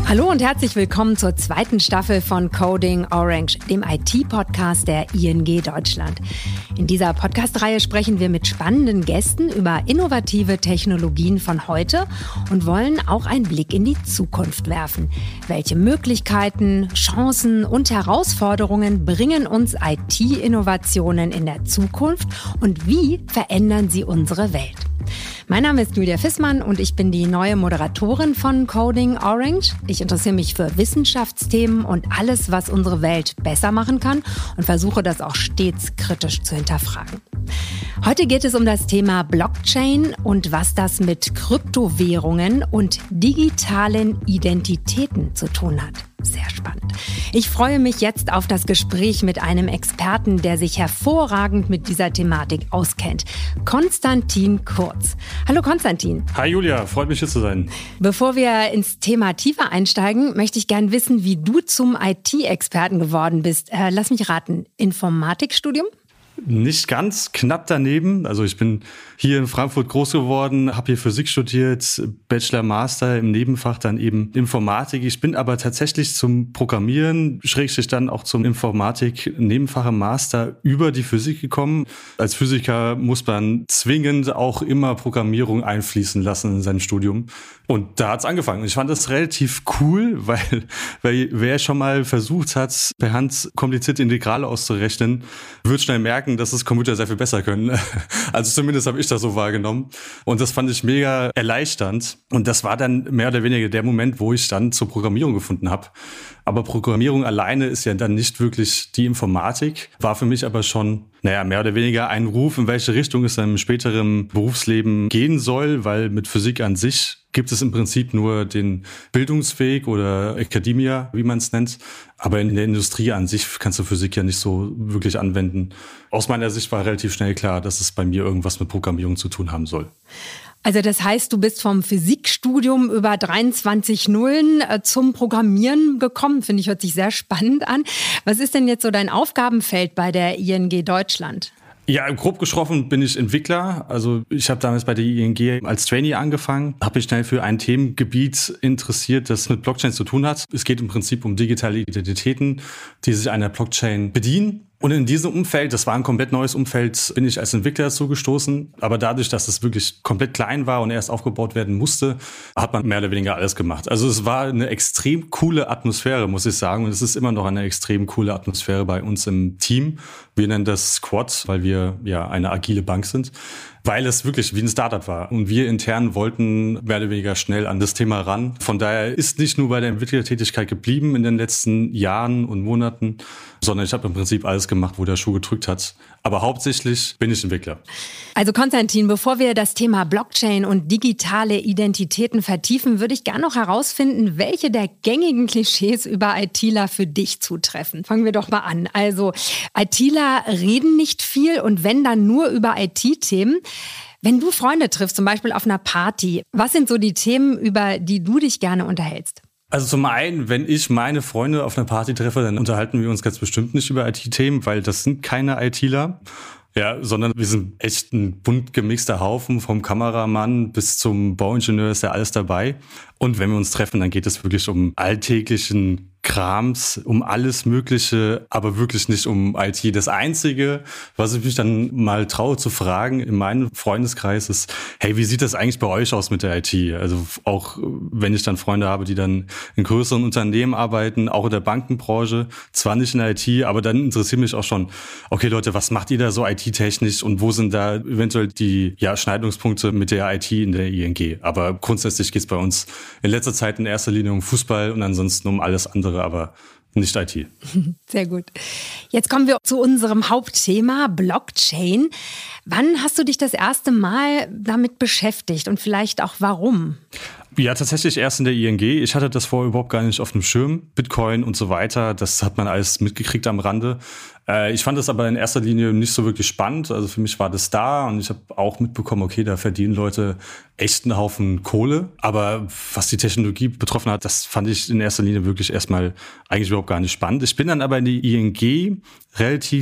Hallo und herzlich willkommen zur zweiten Staffel von Coding Orange, dem IT-Podcast der ING Deutschland. In dieser Podcast-Reihe sprechen wir mit spannenden Gästen über innovative Technologien von heute und wollen auch einen Blick in die Zukunft werfen. Welche Möglichkeiten, Chancen und Herausforderungen bringen uns IT-Innovationen in der Zukunft und wie verändern sie unsere Welt? Mein Name ist Julia Fissmann und ich bin die neue Moderatorin von Coding Orange. Ich interessiere mich für Wissenschaftsthemen und alles, was unsere Welt besser machen kann und versuche das auch stets kritisch zu hinterfragen. Heute geht es um das Thema Blockchain und was das mit Kryptowährungen und digitalen Identitäten zu tun hat. Sehr spannend. Ich freue mich jetzt auf das Gespräch mit einem Experten, der sich hervorragend mit dieser Thematik auskennt. Konstantin Kurz. Hallo Konstantin. Hi Julia, freut mich hier zu sein. Bevor wir ins Thema tiefer einsteigen, möchte ich gern wissen, wie du zum IT-Experten geworden bist. Lass mich raten, Informatikstudium? Nicht ganz, knapp daneben. Also ich bin hier in Frankfurt groß geworden, habe hier Physik studiert, Bachelor, Master im Nebenfach dann eben Informatik. Ich bin aber tatsächlich zum Programmieren, schrägstrich dann auch zum Informatik-Nebenfach im Master über die Physik gekommen. Als Physiker muss man zwingend auch immer Programmierung einfließen lassen in seinem Studium. Und da hat's angefangen. Ich fand das relativ cool, weil wer schon mal versucht hat, per Hand komplizierte Integrale auszurechnen, wird schnell merken, dass das Computer sehr viel besser können. Also zumindest habe ich das so wahrgenommen. Und das fand ich mega erleichternd. Und das war dann mehr oder weniger der Moment, wo ich dann zur Programmierung gefunden habe. Aber Programmierung alleine ist ja dann nicht wirklich die Informatik. War für mich aber schon, mehr oder weniger ein Ruf, in welche Richtung es dann im späteren Berufsleben gehen soll. Weil mit Physik an sich gibt es im Prinzip nur den Bildungsweg oder Academia, wie man es nennt. Aber in der Industrie an sich kannst du Physik ja nicht so wirklich anwenden. Aus meiner Sicht war relativ schnell klar, dass es bei mir irgendwas mit Programmierung zu tun haben soll. Also das heißt, du bist vom Physikstudium über 23 Nullen zum Programmieren gekommen. Finde ich, hört sich sehr spannend an. Was ist denn jetzt so dein Aufgabenfeld bei der ING Deutschland? Ja, grob gesprochen bin ich Entwickler. Also ich habe damals bei der ING als Trainee angefangen, habe mich schnell für ein Themengebiet interessiert, das mit Blockchain zu tun hat. Es geht im Prinzip um digitale Identitäten, die sich einer Blockchain bedienen. Und in diesem Umfeld, das war ein komplett neues Umfeld, bin ich als Entwickler dazu gestoßen. Aber dadurch, dass es wirklich komplett klein war und erst aufgebaut werden musste, hat man mehr oder weniger alles gemacht. Also es war eine extrem coole Atmosphäre, muss ich sagen. Und es ist immer noch eine extrem coole Atmosphäre bei uns im Team. Wir nennen das Squad, weil wir ja eine agile Bank sind. Weil es wirklich wie ein Startup war. Und wir intern wollten mehr oder weniger schnell an das Thema ran. Von daher ist nicht nur bei der Entwicklertätigkeit geblieben in den letzten Jahren und Monaten, sondern ich habe im Prinzip alles gemacht, wo der Schuh gedrückt hat. Aber hauptsächlich bin ich Entwickler. Also Konstantin, bevor wir das Thema Blockchain und digitale Identitäten vertiefen, würde ich gerne noch herausfinden, welche der gängigen Klischees über ITler für dich zutreffen. Fangen wir doch mal an. Also ITler reden nicht viel und wenn dann nur über IT-Themen. Wenn du Freunde triffst, zum Beispiel auf einer Party, was sind so die Themen, über die du dich gerne unterhältst? Also zum einen, wenn ich meine Freunde auf einer Party treffe, dann unterhalten wir uns ganz bestimmt nicht über IT-Themen, weil das sind keine ITler. Ja, sondern wir sind echt ein bunt gemixter Haufen, vom Kameramann bis zum Bauingenieur ist ja alles dabei. Und wenn wir uns treffen, dann geht es wirklich um alltäglichen Krams, um alles Mögliche, aber wirklich nicht um IT. Das Einzige, was ich mich dann mal traue zu fragen in meinem Freundeskreis ist, hey, wie sieht das eigentlich bei euch aus mit der IT? Also auch wenn ich dann Freunde habe, die dann in größeren Unternehmen arbeiten, auch in der Bankenbranche, zwar nicht in der IT, aber dann interessiert mich auch schon, okay Leute, was macht ihr da so IT-technisch und wo sind da eventuell die Schneidungspunkte mit der IT in der ING? Aber grundsätzlich geht es bei uns in letzter Zeit in erster Linie um Fußball und ansonsten um alles andere, aber nicht IT. Sehr gut. Jetzt kommen wir zu unserem Hauptthema Blockchain. Wann hast du dich das erste Mal damit beschäftigt und vielleicht auch warum? Ja, tatsächlich erst in der ING. Ich hatte das vorher überhaupt gar nicht auf dem Schirm. Bitcoin und so weiter, das hat man alles mitgekriegt am Rande. Ich fand das aber in erster Linie nicht so wirklich spannend. Also für mich war das da und ich habe auch mitbekommen, okay, da verdienen Leute echt einen Haufen Kohle. Aber was die Technologie betroffen hat, das fand ich in erster Linie wirklich erstmal eigentlich überhaupt gar nicht spannend. Ich bin dann aber in die ING relativ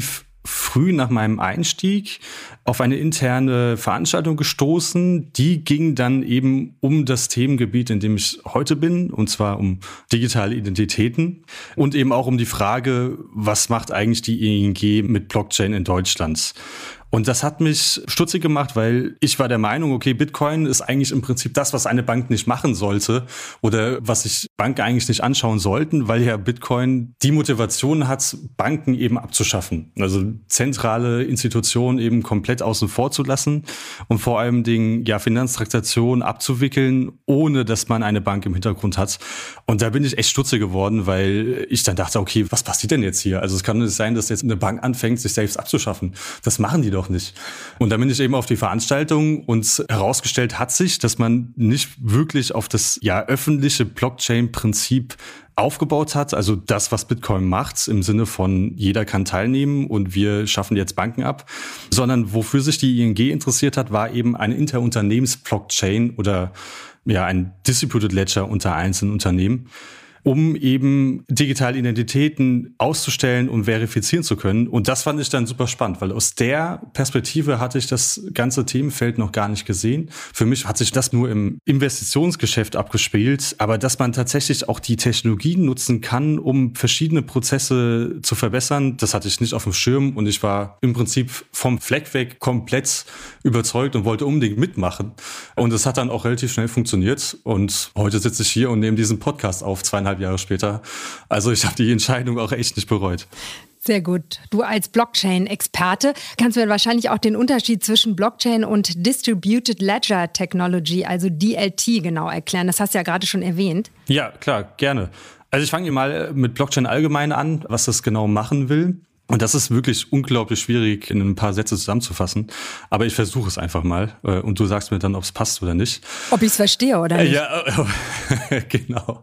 früh nach meinem Einstieg auf eine interne Veranstaltung gestoßen. Die ging dann eben um das Themengebiet, in dem ich heute bin, und zwar um digitale Identitäten und eben auch um die Frage, was macht eigentlich die ING mit Blockchain in Deutschland? Und das hat mich stutzig gemacht, weil ich war der Meinung, okay, Bitcoin ist eigentlich im Prinzip das, was eine Bank nicht machen sollte oder was sich Banken eigentlich nicht anschauen sollten, weil ja Bitcoin die Motivation hat, Banken eben abzuschaffen. Also zentrale Institutionen eben komplett außen vor zu lassen und vor allem Dingen, ja, Finanztransaktionen abzuwickeln, ohne dass man eine Bank im Hintergrund hat. Und da bin ich echt stutzig geworden, weil ich dann dachte, okay, was passiert denn jetzt hier? Also es kann nicht sein, dass jetzt eine Bank anfängt, sich selbst abzuschaffen. Das machen die doch nicht. Und da bin ich eben auf die Veranstaltung und herausgestellt hat sich, dass man nicht wirklich auf das öffentliche Blockchain-Prinzip aufgebaut hat, also das, was Bitcoin macht, im Sinne von jeder kann teilnehmen und wir schaffen jetzt Banken ab, sondern wofür sich die ING interessiert hat, war eben eine Interunternehmens-Blockchain oder ein Distributed Ledger unter einzelnen Unternehmen, um eben digitale Identitäten auszustellen und verifizieren zu können. Und das fand ich dann super spannend, weil aus der Perspektive hatte ich das ganze Themenfeld noch gar nicht gesehen. Für mich hat sich das nur im Investitionsgeschäft abgespielt, aber dass man tatsächlich auch die Technologien nutzen kann, um verschiedene Prozesse zu verbessern, das hatte ich nicht auf dem Schirm und ich war im Prinzip vom Fleck weg komplett überzeugt und wollte unbedingt mitmachen. Und das hat dann auch relativ schnell funktioniert und heute sitze ich hier und nehme diesen Podcast auf, 2,5 Jahre später. Also ich habe die Entscheidung auch echt nicht bereut. Sehr gut. Du als Blockchain-Experte kannst mir wahrscheinlich auch den Unterschied zwischen Blockchain und Distributed Ledger Technology, also DLT, genau erklären. Das hast du ja gerade schon erwähnt. Ja, klar, gerne. Also ich fange mal mit Blockchain allgemein an, was das genau machen will. Und das ist wirklich unglaublich schwierig in ein paar Sätze zusammenzufassen. Aber ich versuche es einfach mal. Und du sagst mir dann, ob es passt oder nicht. Ob ich es verstehe oder nicht. Ja, genau.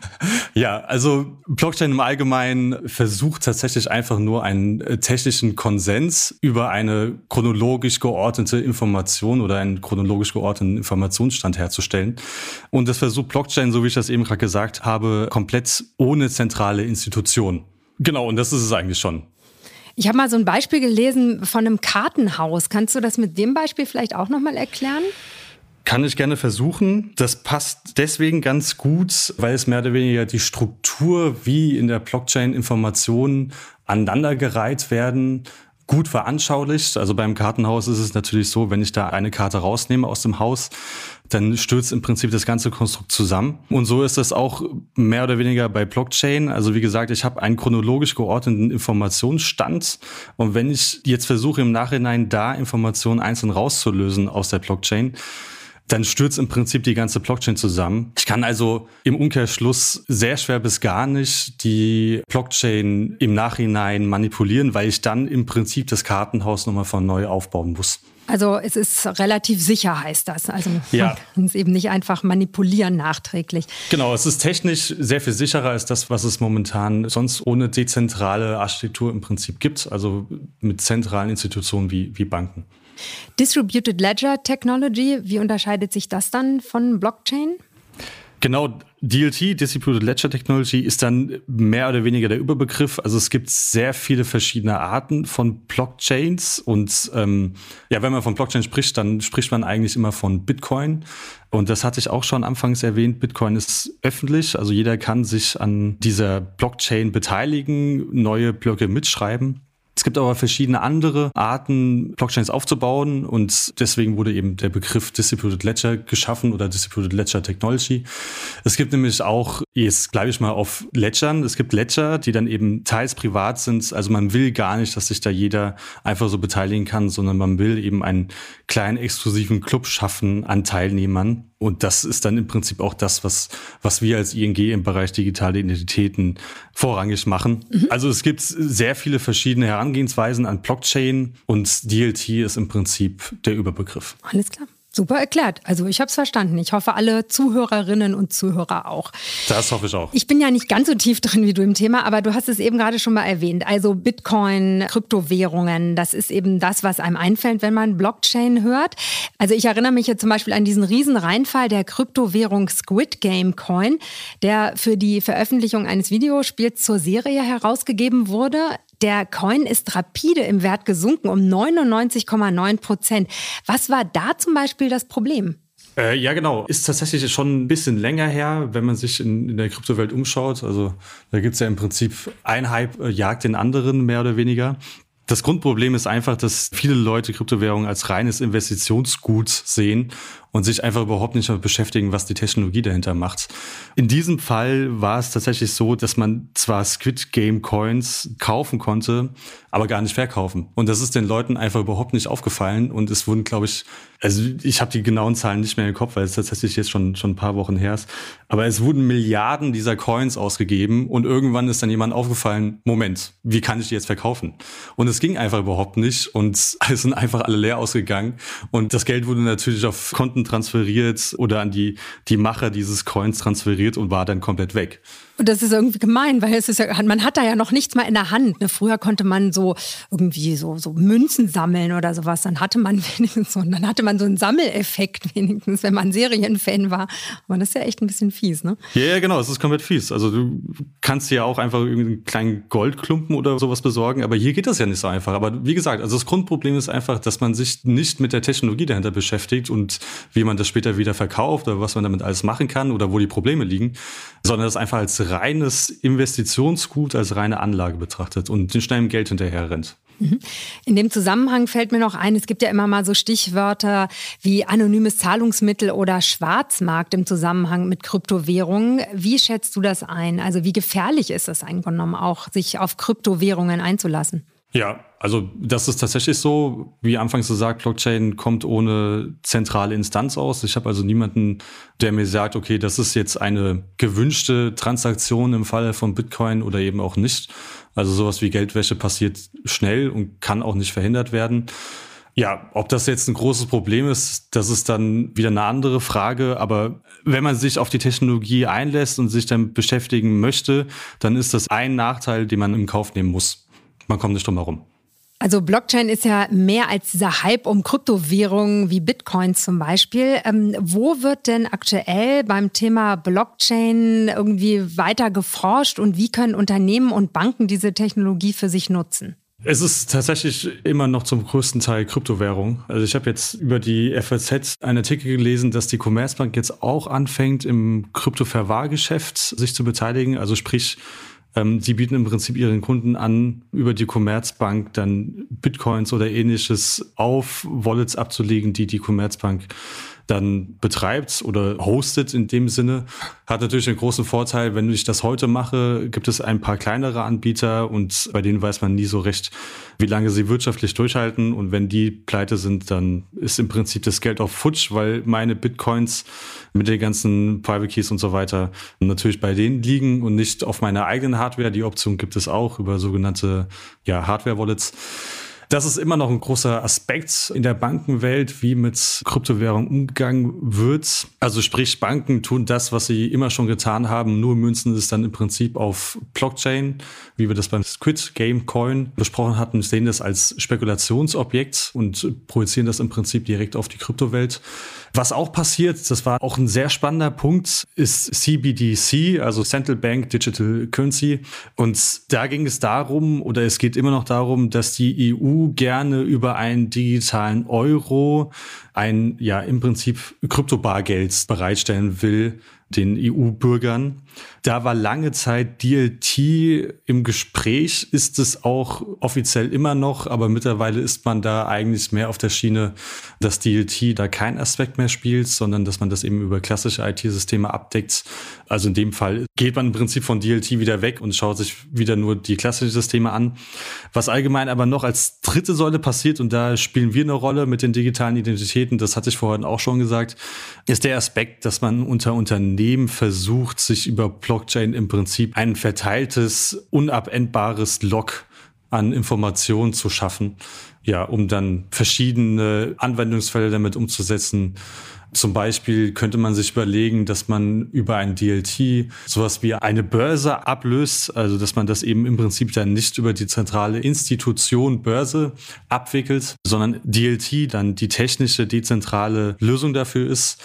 Ja, also Blockchain im Allgemeinen versucht tatsächlich einfach nur einen technischen Konsens über eine chronologisch geordnete Information oder einen chronologisch geordneten Informationsstand herzustellen. Und das versucht Blockchain, so wie ich das eben gerade gesagt habe, komplett ohne zentrale Institution. Genau, und das ist es eigentlich schon. Ich habe mal so ein Beispiel gelesen von einem Kartenhaus. Kannst du das mit dem Beispiel vielleicht auch nochmal erklären? Kann ich gerne versuchen. Das passt deswegen ganz gut, weil es mehr oder weniger die Struktur, wie in der Blockchain Informationen aneinandergereiht werden, gut veranschaulicht. Also beim Kartenhaus ist es natürlich so, wenn ich da eine Karte rausnehme aus dem Haus, dann stürzt im Prinzip das ganze Konstrukt zusammen. Und so ist das auch mehr oder weniger bei Blockchain. Also wie gesagt, ich habe einen chronologisch geordneten Informationsstand. Und wenn ich jetzt versuche, im Nachhinein da Informationen einzeln rauszulösen aus der Blockchain, dann stürzt im Prinzip die ganze Blockchain zusammen. Ich kann also im Umkehrschluss sehr schwer bis gar nicht die Blockchain im Nachhinein manipulieren, weil ich dann im Prinzip das Kartenhaus nochmal von neu aufbauen muss. Also es ist relativ sicher, heißt das. Also man kann es eben nicht einfach manipulieren nachträglich. Genau, es ist technisch sehr viel sicherer als das, was es momentan sonst ohne dezentrale Architektur im Prinzip gibt, also mit zentralen Institutionen wie Banken. Distributed Ledger Technology, wie unterscheidet sich das dann von Blockchain? Genau, DLT, Distributed Ledger Technology, ist dann mehr oder weniger der Überbegriff. Also es gibt sehr viele verschiedene Arten von Blockchains und wenn man von Blockchain spricht, dann spricht man eigentlich immer von Bitcoin. Und das hatte ich auch schon anfangs erwähnt. Bitcoin ist öffentlich, also jeder kann sich an dieser Blockchain beteiligen, neue Blöcke mitschreiben. Es gibt aber verschiedene andere Arten, Blockchains aufzubauen und deswegen wurde eben der Begriff Distributed Ledger geschaffen oder Distributed Ledger Technology. Es gibt nämlich auch, jetzt bleibe ich mal auf Ledgern, es gibt Ledger, die dann eben teils privat sind. Also man will gar nicht, dass sich da jeder einfach so beteiligen kann, sondern man will eben einen kleinen exklusiven Club schaffen an Teilnehmern. Und das ist dann im Prinzip auch das, was wir als ING im Bereich digitale Identitäten vorrangig machen. Also es gibt sehr viele verschiedene Herangehensweisen an Blockchain und DLT ist im Prinzip der Überbegriff. Alles klar. Super erklärt. Also ich habe es verstanden. Ich hoffe, alle Zuhörerinnen und Zuhörer auch. Das hoffe ich auch. Ich bin ja nicht ganz so tief drin wie du im Thema, aber du hast es eben gerade schon mal erwähnt. Also Bitcoin, Kryptowährungen, das ist eben das, was einem einfällt, wenn man Blockchain hört. Also ich erinnere mich jetzt zum Beispiel an diesen riesen Reinfall der Kryptowährung Squid Game Coin, der für die Veröffentlichung eines Videospiels zur Serie herausgegeben wurde. Der Coin ist rapide im Wert gesunken um 99,9%. Was war da zum Beispiel das Problem? Ja, genau. Ist tatsächlich schon ein bisschen länger her, wenn man sich in der Kryptowelt umschaut. Also da gibt's ja im Prinzip ein Hype jagt den anderen, mehr oder weniger. Das Grundproblem ist einfach, dass viele Leute Kryptowährungen als reines Investitionsgut sehen und sich einfach überhaupt nicht damit beschäftigen, was die Technologie dahinter macht. In diesem Fall war es tatsächlich so, dass man zwar Squid Game Coins kaufen konnte, aber gar nicht verkaufen. Und das ist den Leuten einfach überhaupt nicht aufgefallen. Und es wurden, glaube ich, also ich habe die genauen Zahlen nicht mehr im Kopf, weil es tatsächlich jetzt schon ein paar Wochen her ist. Aber es wurden Milliarden dieser Coins ausgegeben und irgendwann ist dann jemand aufgefallen, Moment, wie kann ich die jetzt verkaufen? Und es ging einfach überhaupt nicht und es sind einfach alle leer ausgegangen. Und das Geld wurde natürlich auf Konten transferiert oder an die Macher dieses Coins transferiert und war dann komplett weg. Und das ist irgendwie gemein, weil es ist ja, man hat da ja noch nichts mal in der Hand. Ne? Früher konnte man so irgendwie so Münzen sammeln oder sowas. Dann hatte man wenigstens so einen Sammeleffekt wenigstens, wenn man Serienfan war. Aber das ist ja echt ein bisschen fies, ne? Ja, genau, es ist komplett fies. Also du kannst dir ja auch einfach irgendeinen kleinen Goldklumpen oder sowas besorgen, aber hier geht das ja nicht so einfach. Aber wie gesagt, also das Grundproblem ist einfach, dass man sich nicht mit der Technologie dahinter beschäftigt und wie man das später wieder verkauft oder was man damit alles machen kann oder wo die Probleme liegen, sondern das einfach als reines Investitionsgut, als reine Anlage betrachtet und den schnellen Geld hinterher rennt. In dem Zusammenhang fällt mir noch ein, es gibt ja immer mal so Stichwörter wie anonymes Zahlungsmittel oder Schwarzmarkt im Zusammenhang mit Kryptowährungen. Wie schätzt du das ein? Also wie gefährlich ist es eingenommen, auch sich auf Kryptowährungen einzulassen? Ja, also das ist tatsächlich so, wie anfangs gesagt, Blockchain kommt ohne zentrale Instanz aus. Ich habe also niemanden, der mir sagt, okay, das ist jetzt eine gewünschte Transaktion im Falle von Bitcoin oder eben auch nicht. Also sowas wie Geldwäsche passiert schnell und kann auch nicht verhindert werden. Ja, ob das jetzt ein großes Problem ist, das ist dann wieder eine andere Frage. Aber wenn man sich auf die Technologie einlässt und sich damit beschäftigen möchte, dann ist das ein Nachteil, den man in Kauf nehmen muss. Man kommt nicht drum herum. Also Blockchain ist ja mehr als dieser Hype um Kryptowährungen wie Bitcoins zum Beispiel. Wo wird denn aktuell beim Thema Blockchain irgendwie weiter geforscht und wie können Unternehmen und Banken diese Technologie für sich nutzen? Es ist tatsächlich immer noch zum größten Teil Kryptowährung. Also ich habe jetzt über die FAZ einen Artikel gelesen, dass die Commerzbank jetzt auch anfängt, im Kryptoverwahrgeschäft sich zu beteiligen. Also sprich, sie bieten im Prinzip ihren Kunden an, über die Commerzbank dann Bitcoins oder Ähnliches auf Wallets abzulegen, die Commerzbank dann betreibt oder hostet in dem Sinne. Hat natürlich einen großen Vorteil, wenn ich das heute mache, gibt es ein paar kleinere Anbieter und bei denen weiß man nie so recht, wie lange sie wirtschaftlich durchhalten. Und wenn die pleite sind, dann ist im Prinzip das Geld auch futsch, weil meine Bitcoins mit den ganzen Private Keys und so weiter natürlich bei denen liegen und nicht auf meiner eigenen Hardware. Die Option gibt es auch über sogenannte Hardware-Wallets. Das ist immer noch ein großer Aspekt in der Bankenwelt, wie mit Kryptowährung umgegangen wird. Also sprich, Banken tun das, was sie immer schon getan haben, nur münzen es dann im Prinzip auf Blockchain, wie wir das beim Squid Game Coin besprochen hatten, sehen das als Spekulationsobjekt und projizieren das im Prinzip direkt auf die Kryptowelt. Was auch passiert, das war auch ein sehr spannender Punkt, ist CBDC, also Central Bank Digital Currency. Und da ging es darum, oder es geht immer noch darum, dass die EU gerne über einen digitalen Euro ein, im Prinzip Kryptobargeld bereitstellen will, den EU-Bürgern. Da war lange Zeit DLT im Gespräch, ist es auch offiziell immer noch, aber mittlerweile ist man da eigentlich mehr auf der Schiene, dass DLT da kein Aspekt mehr spielt, sondern dass man das eben über klassische IT-Systeme abdeckt. Also in dem Fall geht man im Prinzip von DLT wieder weg und schaut sich wieder nur die klassischen Systeme an. Was allgemein aber noch als dritte Säule passiert, und da spielen wir eine Rolle mit den digitalen Identitäten, das hatte ich vorhin auch schon gesagt, ist der Aspekt, dass man unter Unternehmen versucht, sich über Blockchain im Prinzip ein verteiltes, unabendbares Log an Informationen zu schaffen, um dann verschiedene Anwendungsfälle damit umzusetzen. Zum Beispiel könnte man sich überlegen, dass man über ein DLT sowas wie eine Börse ablöst, also dass man das eben im Prinzip dann nicht über die zentrale Institution Börse abwickelt, sondern DLT dann die technische, dezentrale Lösung dafür ist.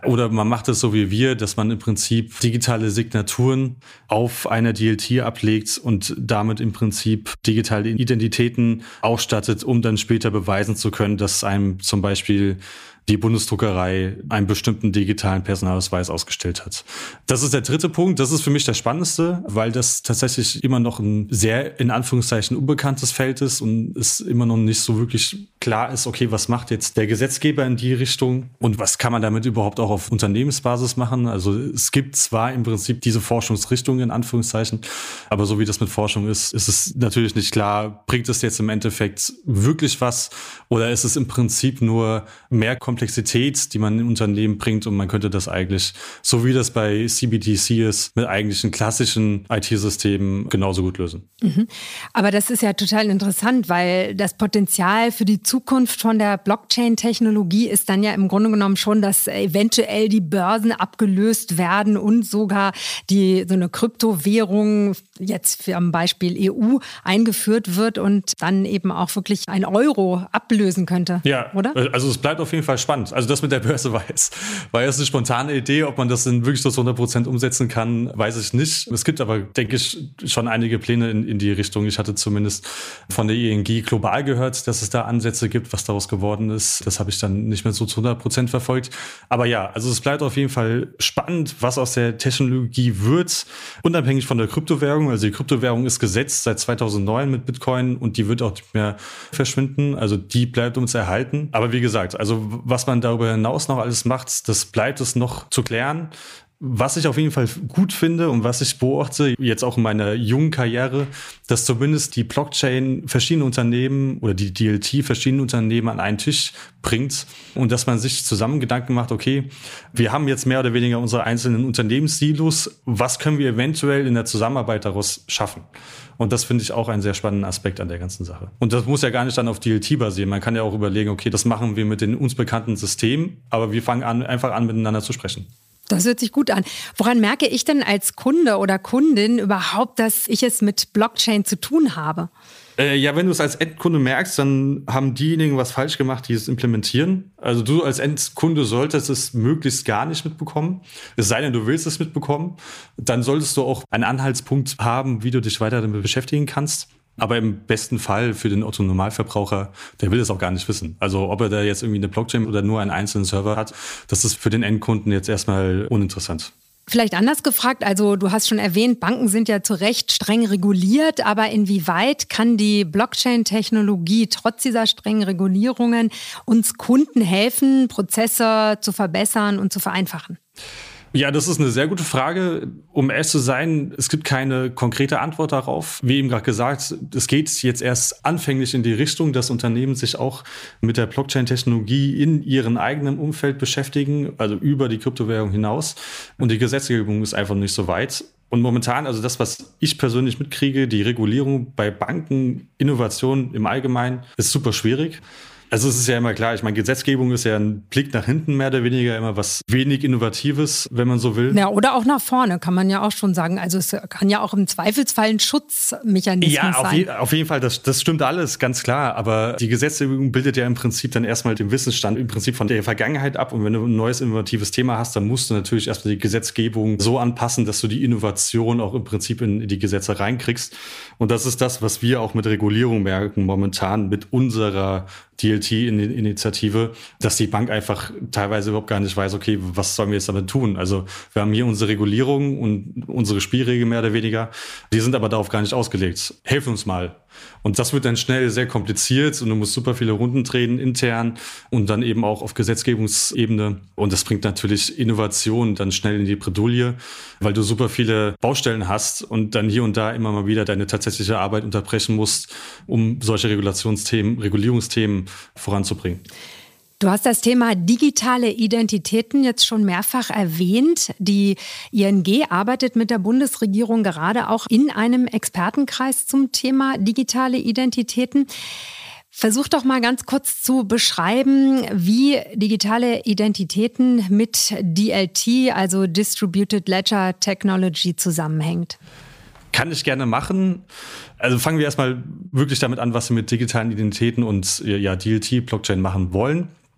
Oder man macht es so wie wir, dass man im Prinzip digitale Signaturen auf einer DLT ablegt und damit im Prinzip digitale Identitäten ausstattet, um dann später beweisen zu können, dass einem zum Beispiel die Bundesdruckerei einen bestimmten digitalen Personalausweis ausgestellt hat. Das ist der dritte Punkt. Das ist für mich der spannendste, weil das tatsächlich immer noch ein sehr, in Anführungszeichen, unbekanntes Feld ist und es immer noch nicht so wirklich klar ist, okay, was macht jetzt der Gesetzgeber in die Richtung und was kann man damit überhaupt auch auf Unternehmensbasis machen? Also es gibt zwar im Prinzip diese Forschungsrichtung in Anführungszeichen, aber so wie das mit Forschung ist, ist es natürlich nicht klar, bringt es jetzt im Endeffekt wirklich was oder ist es im Prinzip nur mehr Komplexität, die man in Unternehmen bringt und man könnte das eigentlich, so wie das bei CBDC ist, mit eigentlichen klassischen IT-Systemen genauso gut lösen. Mhm. Aber das ist ja total interessant, weil das Potenzial für die Zukunft von der Blockchain-Technologie ist dann ja im Grunde genommen schon, dass eventuell die Börsen abgelöst werden und sogar so eine Kryptowährung jetzt für am Beispiel EU eingeführt wird und dann eben auch wirklich ein Euro ablösen könnte, ja, oder? Also es bleibt auf jeden Fall spannend. Also das mit der Börse war jetzt eine spontane Idee. Ob man das denn wirklich zu 100% umsetzen kann, weiß ich nicht. Es gibt aber, denke ich, schon einige Pläne in die Richtung. Ich hatte zumindest von der ING global gehört, dass es da Ansätze gibt, was daraus geworden ist. Das habe ich dann nicht mehr so zu 100% verfolgt. Aber ja, also es bleibt auf jeden Fall spannend, was aus der Technologie wird, unabhängig von der Kryptowährung. Also die Kryptowährung ist gesetzt seit 2009 mit Bitcoin und die wird auch nicht mehr verschwinden. Also die bleibt uns erhalten. Aber wie gesagt, also was man darüber hinaus noch alles macht, das bleibt es noch zu klären. Was ich auf jeden Fall gut finde und was ich beobachte, jetzt auch in meiner jungen Karriere, dass zumindest die Blockchain verschiedene Unternehmen oder die DLT verschiedene Unternehmen an einen Tisch bringt und dass man sich zusammen Gedanken macht, okay, wir haben jetzt mehr oder weniger unsere einzelnen Unternehmenssilos, was können wir eventuell in der Zusammenarbeit daraus schaffen? Und das finde ich auch einen sehr spannenden Aspekt an der ganzen Sache. Und das muss ja gar nicht dann auf DLT basieren. Man kann ja auch überlegen, okay, das machen wir mit den uns bekannten Systemen, aber wir fangen einfach an, miteinander zu sprechen. Das hört sich gut an. Woran merke ich denn als Kunde oder Kundin überhaupt, dass ich es mit Blockchain zu tun habe? Ja, wenn du es als Endkunde merkst, dann haben diejenigen was falsch gemacht, die es implementieren. Also du als Endkunde solltest es möglichst gar nicht mitbekommen. Es sei denn, du willst es mitbekommen. Dann solltest du auch einen Anhaltspunkt haben, wie du dich weiter damit beschäftigen kannst. Aber im besten Fall für den Otto-Normalverbraucher, der will es auch gar nicht wissen. Also ob er da jetzt irgendwie eine Blockchain oder nur einen einzelnen Server hat, das ist für den Endkunden jetzt erstmal uninteressant. Vielleicht anders gefragt, also du hast schon erwähnt, Banken sind ja zu Recht streng reguliert, aber inwieweit kann die Blockchain-Technologie trotz dieser strengen Regulierungen uns Kunden helfen, Prozesse zu verbessern und zu vereinfachen? Ja, das ist eine sehr gute Frage. Um ehrlich zu sein, es gibt keine konkrete Antwort darauf. Wie eben gerade gesagt, es geht jetzt erst anfänglich in die Richtung, dass Unternehmen sich auch mit der Blockchain-Technologie in ihrem eigenen Umfeld beschäftigen, also über die Kryptowährung hinaus. Und die Gesetzgebung ist einfach nicht so weit. Und momentan, also das, was ich persönlich mitkriege, die Regulierung bei Banken, Innovation im Allgemeinen, ist super schwierig. Also es ist ja immer klar, ich meine, Gesetzgebung ist ja ein Blick nach hinten mehr oder weniger, immer was wenig Innovatives, wenn man so will. Ja, oder auch nach vorne, kann man ja auch schon sagen. Also es kann ja auch im Zweifelsfall ein Schutzmechanismus sein. Ja, auf jeden Fall, das stimmt alles, ganz klar. Aber die Gesetzgebung bildet ja im Prinzip dann erstmal den Wissensstand im Prinzip von der Vergangenheit ab. Und wenn du ein neues innovatives Thema hast, dann musst du natürlich erstmal die Gesetzgebung so anpassen, dass du die Innovation auch im Prinzip in die Gesetze reinkriegst. Und das ist das, was wir auch mit Regulierung merken momentan mit unserer DLT-Initiative, dass die Bank einfach teilweise überhaupt gar nicht weiß, okay, was sollen wir jetzt damit tun? Also wir haben hier unsere Regulierung und unsere Spielregeln mehr oder weniger, die sind aber darauf gar nicht ausgelegt. Helf uns mal. Und das wird dann schnell sehr kompliziert und du musst super viele Runden drehen intern und dann eben auch auf Gesetzgebungsebene. Und das bringt natürlich Innovation dann schnell in die Bredouille, weil du super viele Baustellen hast und dann hier und da immer mal wieder deine tatsächliche Arbeit unterbrechen musst, um solche Regulierungsthemen voranzubringen. Du hast das Thema digitale Identitäten jetzt schon mehrfach erwähnt. Die ING arbeitet mit der Bundesregierung gerade auch in einem Expertenkreis zum Thema digitale Identitäten. Versuch doch mal ganz kurz zu beschreiben, wie digitale Identitäten mit DLT, also Distributed Ledger Technology, zusammenhängt. Kann ich gerne machen. Also fangen wir erstmal wirklich damit an, was wir mit digitalen Identitäten und DLT, Blockchain machen wollen.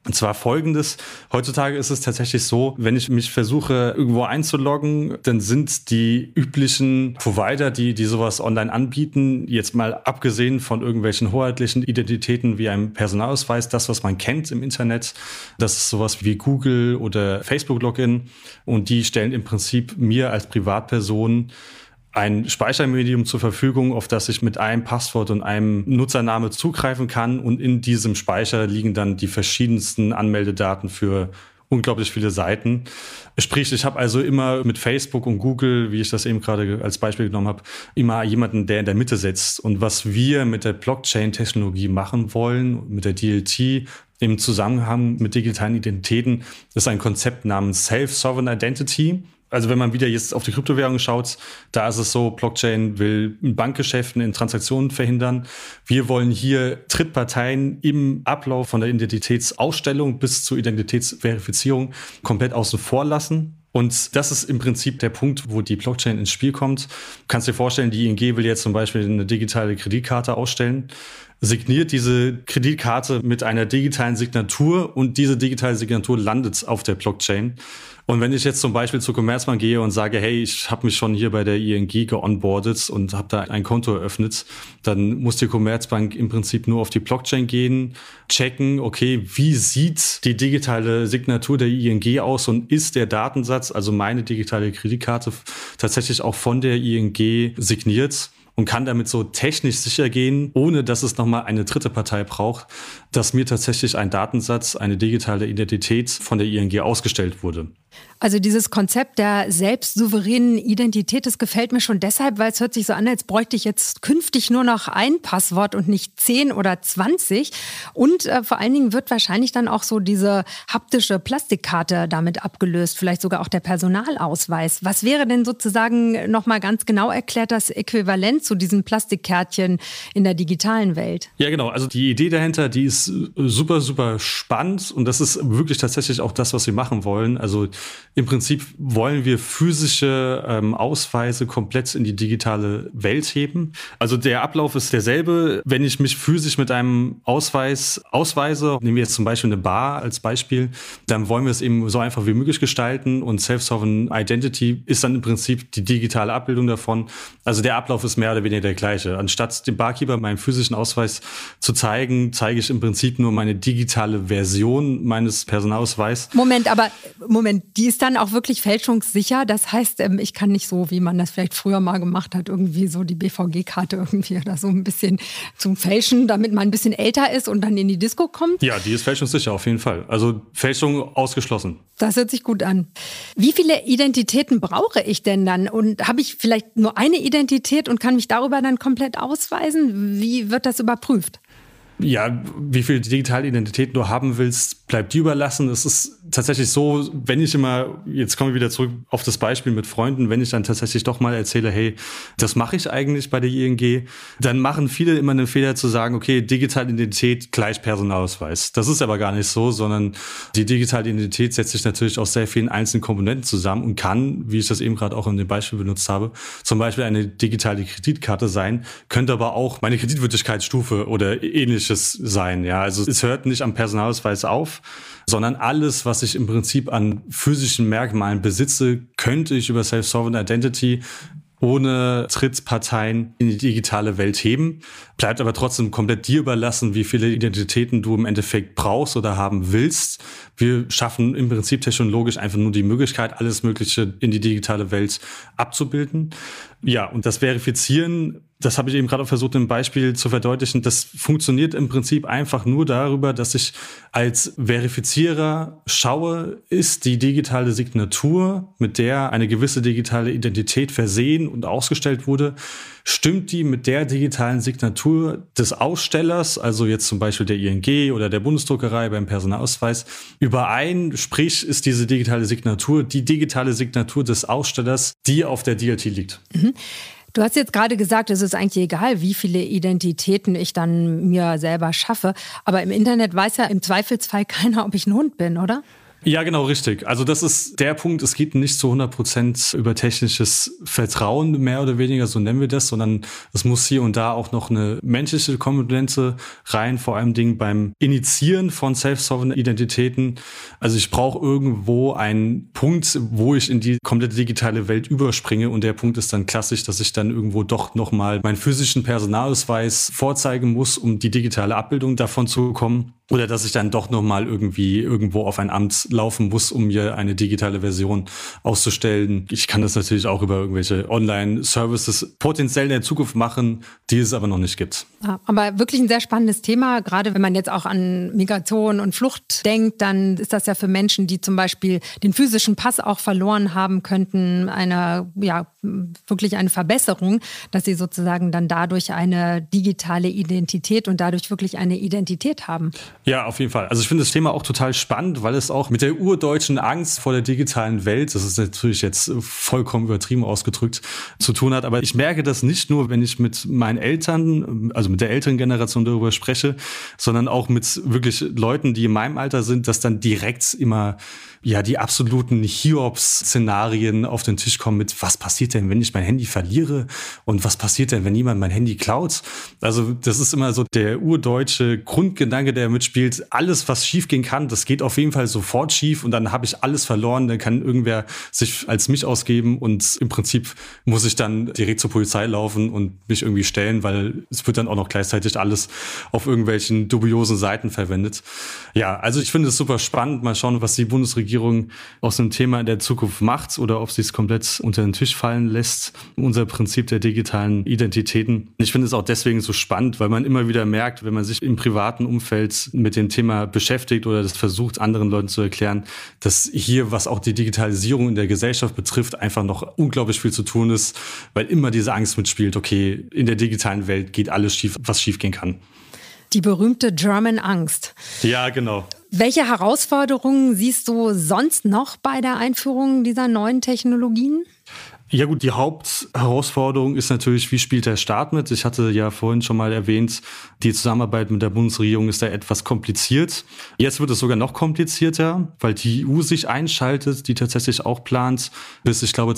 Und zwar Folgendes: Heutzutage ist es tatsächlich so, wenn ich mich versuche, irgendwo einzuloggen, dann sind die üblichen Provider, die sowas online anbieten, jetzt mal abgesehen von irgendwelchen hoheitlichen Identitäten wie einem Personalausweis, das, was man kennt im Internet, das ist sowas wie Google oder Facebook-Login. Und die stellen im Prinzip mir als Privatperson ein Speichermedium zur Verfügung, auf das ich mit einem Passwort und einem Nutzername zugreifen kann. Und in diesem Speicher liegen dann die verschiedensten Anmeldedaten für unglaublich viele Seiten. Sprich, ich habe also immer mit Facebook und Google, wie ich das eben gerade als Beispiel genommen habe, immer jemanden, der in der Mitte sitzt. Und was wir mit der Blockchain-Technologie machen wollen, mit der DLT, im Zusammenhang mit digitalen Identitäten, ist ein Konzept namens Self-Sovereign Identity. Also wenn man wieder jetzt auf die Kryptowährung schaut, da ist es so, Blockchain will in Bankgeschäften, in Transaktionen verhindern. Wir wollen hier Drittparteien im Ablauf von der Identitätsausstellung bis zur Identitätsverifizierung komplett außen vor lassen. Und das ist im Prinzip der Punkt, wo die Blockchain ins Spiel kommt. Du kannst dir vorstellen, die ING will jetzt zum Beispiel eine digitale Kreditkarte ausstellen, signiert diese Kreditkarte mit einer digitalen Signatur und diese digitale Signatur landet auf der Blockchain. Und wenn ich jetzt zum Beispiel zur Commerzbank gehe und sage, hey, ich habe mich schon hier bei der ING geonboardet und habe da ein Konto eröffnet, dann muss die Commerzbank im Prinzip nur auf die Blockchain gehen, checken, okay, wie sieht die digitale Signatur der ING aus und ist der Datensatz, also meine digitale Kreditkarte, tatsächlich auch von der ING signiert? Und kann damit so technisch sicher gehen, ohne dass es nochmal eine dritte Partei braucht, dass mir tatsächlich ein Datensatz, eine digitale Identität von der ING ausgestellt wurde. Also dieses Konzept der selbstsouveränen Identität, das gefällt mir schon deshalb, weil es hört sich so an, als bräuchte ich jetzt künftig nur noch ein Passwort und nicht 10 oder 20. Und vor allen Dingen wird wahrscheinlich dann auch so diese haptische Plastikkarte damit abgelöst, vielleicht sogar auch der Personalausweis. Was wäre denn sozusagen nochmal ganz genau erklärt das Äquivalent zu diesen Plastikkärtchen in der digitalen Welt? Ja, genau. Also die Idee dahinter, die ist super, super spannend und das ist wirklich tatsächlich auch das, was wir machen wollen. Also im Prinzip wollen wir physische Ausweise komplett in die digitale Welt heben. Also der Ablauf ist derselbe. Wenn ich mich physisch mit einem Ausweis ausweise, nehmen wir jetzt zum Beispiel eine Bar als Beispiel, dann wollen wir es eben so einfach wie möglich gestalten und Self-Sovereign Identity ist dann im Prinzip die digitale Abbildung davon. Also der Ablauf ist mehr oder weniger der gleiche. Anstatt dem Barkeeper meinen physischen Ausweis zu zeigen, zeige ich im Prinzip nur meine digitale Version meines Personalausweises. Moment, die ist dann auch wirklich fälschungssicher. Das heißt, ich kann nicht so, wie man das vielleicht früher mal gemacht hat, irgendwie so die BVG-Karte irgendwie oder so ein bisschen zum Fälschen, damit man ein bisschen älter ist und dann in die Disco kommt. Ja, die ist fälschungssicher auf jeden Fall. Also Fälschung ausgeschlossen. Das hört sich gut an. Wie viele Identitäten brauche ich denn dann? Und habe ich vielleicht nur eine Identität und kann mich darüber dann komplett ausweisen? Wie wird das überprüft? Ja, wie viele digitale Identitäten du haben willst, bleibt dir überlassen. Es ist tatsächlich so, wenn ich immer, jetzt komme ich wieder zurück auf das Beispiel mit Freunden, wenn ich dann tatsächlich doch mal erzähle, hey, das mache ich eigentlich bei der ING, dann machen viele immer einen Fehler zu sagen, okay, digitale Identität gleich Personalausweis. Das ist aber gar nicht so, sondern die digitale Identität setzt sich natürlich aus sehr vielen einzelnen Komponenten zusammen und kann, wie ich das eben gerade auch in dem Beispiel benutzt habe, zum Beispiel eine digitale Kreditkarte sein, könnte aber auch meine Kreditwürdigkeitsstufe oder ähnliches sein. Ja, also es hört nicht am Personalausweis auf, sondern alles, was ich im Prinzip an physischen Merkmalen besitze, könnte ich über Self-Sovereign Identity ohne Drittparteien in die digitale Welt heben. Bleibt aber trotzdem komplett dir überlassen, wie viele Identitäten du im Endeffekt brauchst oder haben willst. Wir schaffen im Prinzip technologisch einfach nur die Möglichkeit, alles Mögliche in die digitale Welt abzubilden. Ja, und das Verifizieren, das habe ich eben gerade versucht, im Beispiel zu verdeutlichen, das funktioniert im Prinzip einfach nur darüber, dass ich als Verifizierer schaue, ist die digitale Signatur, mit der eine gewisse digitale Identität versehen und ausgestellt wurde, stimmt die mit der digitalen Signatur des Ausstellers, also jetzt zum Beispiel der ING oder der Bundesdruckerei beim Personalausweis, überein, sprich ist diese digitale Signatur die digitale Signatur des Ausstellers, die auf der DLT liegt. Mhm. Du hast jetzt gerade gesagt, es ist eigentlich egal, wie viele Identitäten ich dann mir selber schaffe. Aber im Internet weiß ja im Zweifelsfall keiner, ob ich ein Hund bin, oder? Ja, genau, richtig. Also das ist der Punkt, es geht nicht zu 100% über technisches Vertrauen, mehr oder weniger, so nennen wir das, sondern es muss hier und da auch noch eine menschliche Komponente rein, vor allem beim Initiieren von self-sovereign Identitäten. Also ich brauche irgendwo einen Punkt, wo ich in die komplette digitale Welt überspringe, und der Punkt ist dann klassisch, dass ich dann irgendwo doch nochmal meinen physischen Personalausweis vorzeigen muss, um die digitale Abbildung davon zu bekommen. Oder dass ich dann doch nochmal irgendwie irgendwo auf ein Amt laufen muss, um mir eine digitale Version auszustellen. Ich kann das natürlich auch über irgendwelche Online-Services potenziell in der Zukunft machen, die es aber noch nicht gibt. Ja, aber wirklich ein sehr spannendes Thema. Gerade wenn man jetzt auch an Migration und Flucht denkt, dann ist das ja für Menschen, die zum Beispiel den physischen Pass auch verloren haben könnten, wirklich eine Verbesserung, dass sie sozusagen dann dadurch eine digitale Identität und dadurch wirklich eine Identität haben. Ja, auf jeden Fall. Also ich finde das Thema auch total spannend, weil es auch mit der urdeutschen Angst vor der digitalen Welt, das ist natürlich jetzt vollkommen übertrieben ausgedrückt, zu tun hat. Aber ich merke das nicht nur, wenn ich mit meinen Eltern, also mit der älteren Generation darüber spreche, sondern auch mit wirklich Leuten, die in meinem Alter sind, dass dann direkt immer die absoluten Hiobs-Szenarien auf den Tisch kommen mit, was passiert denn, wenn ich mein Handy verliere? Und was passiert denn, wenn jemand mein Handy klaut? Also das ist immer so der urdeutsche Grundgedanke, der mitspielt. Alles, was schief gehen kann, das geht auf jeden Fall sofort schief und dann habe ich alles verloren. Dann kann irgendwer sich als mich ausgeben und im Prinzip muss ich dann direkt zur Polizei laufen und mich irgendwie stellen, weil es wird dann auch noch gleichzeitig alles auf irgendwelchen dubiosen Seiten verwendet. Ja, also ich finde es super spannend. Mal schauen, was die Bundesregierung aus dem Thema in der Zukunft macht oder ob sie es komplett unter den Tisch fallen lässt. Unser Prinzip der digitalen Identitäten. Ich finde es auch deswegen so spannend, weil man immer wieder merkt, wenn man sich im privaten Umfeld mit dem Thema beschäftigt oder das versucht, anderen Leuten zu erklären, dass hier, was auch die Digitalisierung in der Gesellschaft betrifft, einfach noch unglaublich viel zu tun ist, weil immer diese Angst mitspielt, okay, in der digitalen Welt geht alles schief, was schief gehen kann. Die berühmte German Angst. Ja, genau. Welche Herausforderungen siehst du sonst noch bei der Einführung dieser neuen Technologien? Ja gut, die Hauptherausforderung ist natürlich, wie spielt der Staat mit? Ich hatte ja vorhin schon mal erwähnt, die Zusammenarbeit mit der Bundesregierung ist da etwas kompliziert. Jetzt wird es sogar noch komplizierter, weil die EU sich einschaltet, die tatsächlich auch plant, bis, ich glaube,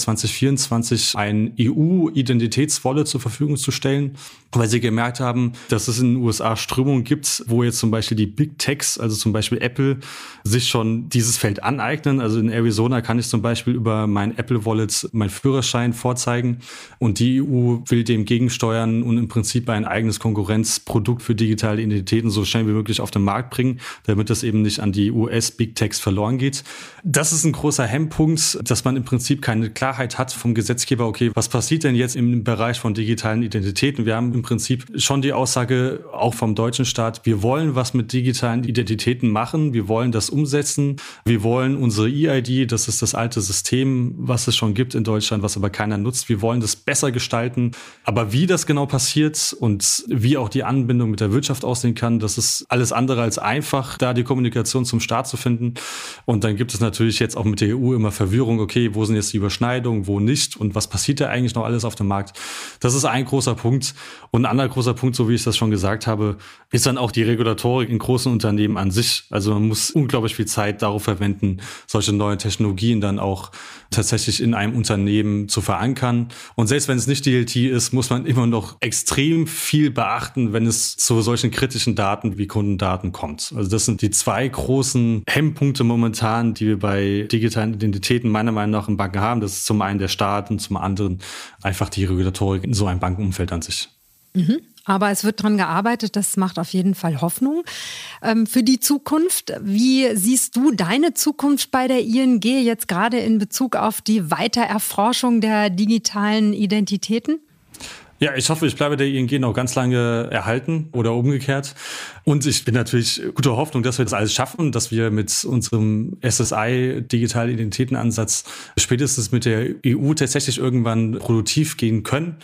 2024 ein EU-Identitätswallet zur Verfügung zu stellen, weil sie gemerkt haben, dass es in den USA Strömungen gibt, wo jetzt zum Beispiel die Big Techs, also zum Beispiel Apple, sich schon dieses Feld aneignen. Also in Arizona kann ich zum Beispiel über mein Apple-Wallet meinen Führerschein vorzeigen und die EU will dem gegensteuern und im Prinzip ein eigenes Konkurrenzprodukt für digitale Identitäten so schnell wie möglich auf den Markt bringen, damit das eben nicht an die US-Big Techs verloren geht. Das ist ein großer Hemmpunkt, dass man im Prinzip keine Klarheit hat vom Gesetzgeber, okay, was passiert denn jetzt im Bereich von digitalen Identitäten? Wir haben im Prinzip schon die Aussage, auch vom deutschen Staat, wir wollen was mit digitalen Identitäten machen, wir wollen das umsetzen, wir wollen unsere EID, das ist das alte System, was es schon gibt in Deutschland, was aber keiner nutzt, wir wollen das besser gestalten, aber wie das genau passiert und wie auch die Anbindung mit der Wirtschaft aussehen kann, das ist alles andere als einfach, da die Kommunikation zum Staat zu finden. Und dann gibt es natürlich jetzt auch mit der EU immer Verwirrung, okay, wo sind jetzt die Überschneidungen, wo nicht und was passiert da eigentlich noch alles auf dem Markt? Das ist ein großer Punkt. Und ein anderer großer Punkt, so wie ich das schon gesagt habe, ist dann auch die Regulatorik in großen Unternehmen an sich. Also man muss unglaublich viel Zeit darauf verwenden, solche neuen Technologien dann auch tatsächlich in einem Unternehmen zu verankern. Und selbst wenn es nicht DLT ist, muss man immer noch extrem viel beachten, wenn es zu solchen kritischen Daten wie Kundendaten kommt. Also das sind die zwei großen Hemmpunkte momentan, die wir bei digitalen Identitäten meiner Meinung nach in Banken haben. Das ist zum einen der Staat und zum anderen einfach die Regulatorik in so einem Bankenumfeld an sich. Mhm. Aber es wird dran gearbeitet, das macht auf jeden Fall Hoffnung für die Zukunft. Wie siehst du deine Zukunft bei der ING jetzt gerade in Bezug auf die Weitererforschung der digitalen Identitäten? Ja, ich hoffe, ich bleibe der ING noch ganz lange erhalten oder umgekehrt. Und ich bin natürlich guter Hoffnung, dass wir das alles schaffen, dass wir mit unserem SSI Digitale Identitätenansatz spätestens mit der EU tatsächlich irgendwann produktiv gehen können,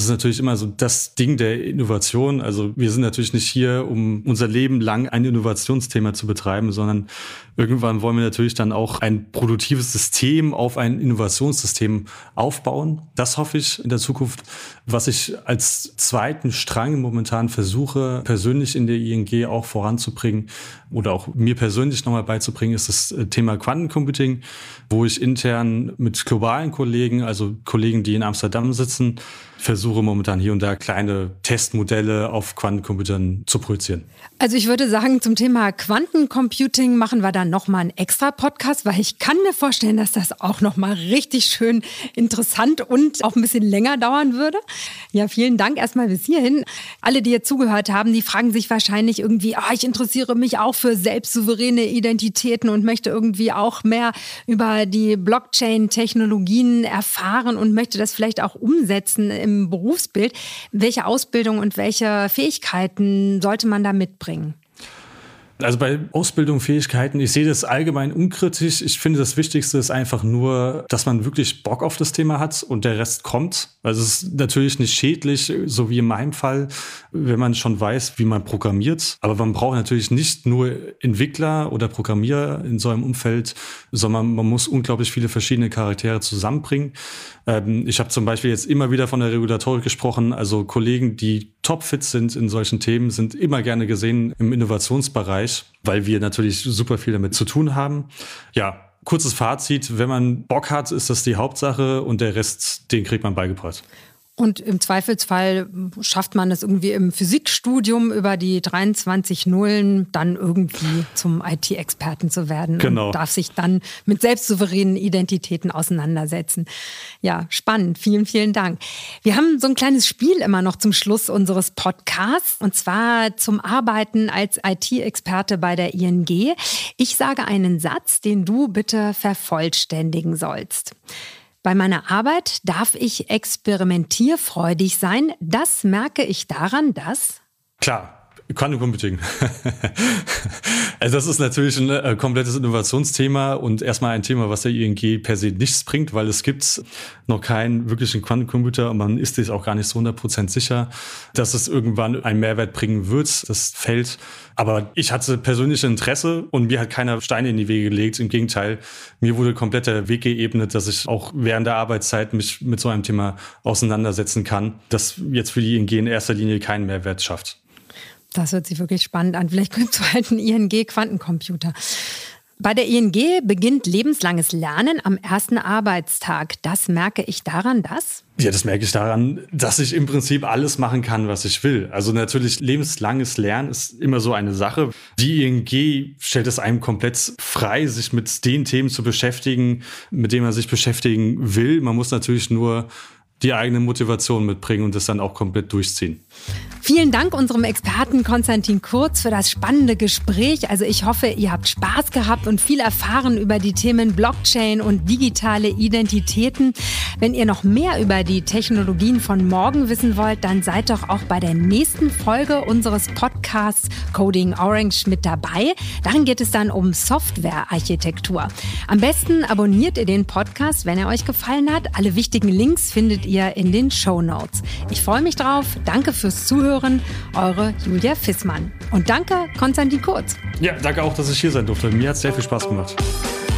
Das ist natürlich immer so das Ding der Innovation. Also wir sind natürlich nicht hier, um unser Leben lang ein Innovationsthema zu betreiben, sondern irgendwann wollen wir natürlich dann auch ein produktives System auf ein Innovationssystem aufbauen. Das hoffe ich in der Zukunft. Was ich als zweiten Strang momentan versuche, persönlich in der ING auch voranzubringen oder auch mir persönlich nochmal beizubringen, ist das Thema Quantencomputing, wo ich intern mit globalen Kollegen, also Kollegen, die in Amsterdam sitzen, versuche momentan hier und da kleine Testmodelle auf Quantencomputern zu projizieren. Also ich würde sagen, zum Thema Quantencomputing machen wir dann nochmal einen extra Podcast, weil ich kann mir vorstellen, dass das auch nochmal richtig schön interessant und auch ein bisschen länger dauern würde. Ja, vielen Dank erstmal bis hierhin. Alle, die jetzt zugehört haben, die fragen sich wahrscheinlich irgendwie, ich interessiere mich auch für selbstsouveräne Identitäten und möchte irgendwie auch mehr über die Blockchain-Technologien erfahren und möchte das vielleicht auch umsetzen im Berufsbild. Welche Ausbildung und welche Fähigkeiten sollte man da mitbringen? Also bei Ausbildung, Fähigkeiten, ich sehe das allgemein unkritisch. Ich finde, das Wichtigste ist einfach nur, dass man wirklich Bock auf das Thema hat und der Rest kommt. Also es ist natürlich nicht schädlich, so wie in meinem Fall, wenn man schon weiß, wie man programmiert. Aber man braucht natürlich nicht nur Entwickler oder Programmierer in so einem Umfeld, sondern man muss unglaublich viele verschiedene Charaktere zusammenbringen. Ich habe zum Beispiel jetzt immer wieder von der Regulatorik gesprochen. Also Kollegen, die topfit sind in solchen Themen, sind immer gerne gesehen im Innovationsbereich, weil wir natürlich super viel damit zu tun haben. Ja, kurzes Fazit, wenn man Bock hat, ist das die Hauptsache und der Rest, den kriegt man beigebracht. Und im Zweifelsfall schafft man es irgendwie im Physikstudium über die 23 Nullen dann irgendwie zum IT-Experten zu werden. Genau. Und darf sich dann mit selbstsouveränen Identitäten auseinandersetzen. Ja, spannend. Vielen, vielen Dank. Wir haben so ein kleines Spiel immer noch zum Schluss unseres Podcasts und zwar zum Arbeiten als IT-Experte bei der ING. Ich sage einen Satz, den du bitte vervollständigen sollst. Bei meiner Arbeit darf ich experimentierfreudig sein. Das merke ich daran, dass... Klar. Quantencomputing. Also das ist natürlich ein komplettes Innovationsthema und erstmal ein Thema, was der ING per se nichts bringt, weil es gibt noch keinen wirklichen Quantencomputer und man ist sich auch gar nicht so 100% sicher, dass es irgendwann einen Mehrwert bringen wird, das Feld. Aber ich hatte persönlich Interesse und mir hat keiner Steine in die Wege gelegt. Im Gegenteil, mir wurde komplett der Weg geebnet, dass ich auch während der Arbeitszeit mich mit so einem Thema auseinandersetzen kann, das jetzt für die ING in erster Linie keinen Mehrwert schafft. Das hört sich wirklich spannend an. Vielleicht könntest du halt einen ING-Quantencomputer. Bei der ING beginnt lebenslanges Lernen am ersten Arbeitstag. Das merke ich daran, dass? Ja, das merke ich daran, dass ich im Prinzip alles machen kann, was ich will. Also natürlich, lebenslanges Lernen ist immer so eine Sache. Die ING stellt es einem komplett frei, sich mit den Themen zu beschäftigen, mit denen man sich beschäftigen will. Man muss natürlich nur die eigene Motivation mitbringen und das dann auch komplett durchziehen. Vielen Dank unserem Experten Konstantin Kurz für das spannende Gespräch. Also ich hoffe, ihr habt Spaß gehabt und viel erfahren über die Themen Blockchain und digitale Identitäten. Wenn ihr noch mehr über die Technologien von morgen wissen wollt, dann seid doch auch bei der nächsten Folge unseres Podcasts Coding Orange mit dabei. Darin geht es dann um Softwarearchitektur. Am besten abonniert ihr den Podcast, wenn er euch gefallen hat. Alle wichtigen Links findet ihr in den Shownotes. Ich freue mich drauf. Danke fürs Zuhören. Eure Julia Fissmann. Und danke, Konstantin Kurz. Ja, danke auch, dass ich hier sein durfte. Mir hat es sehr viel Spaß gemacht.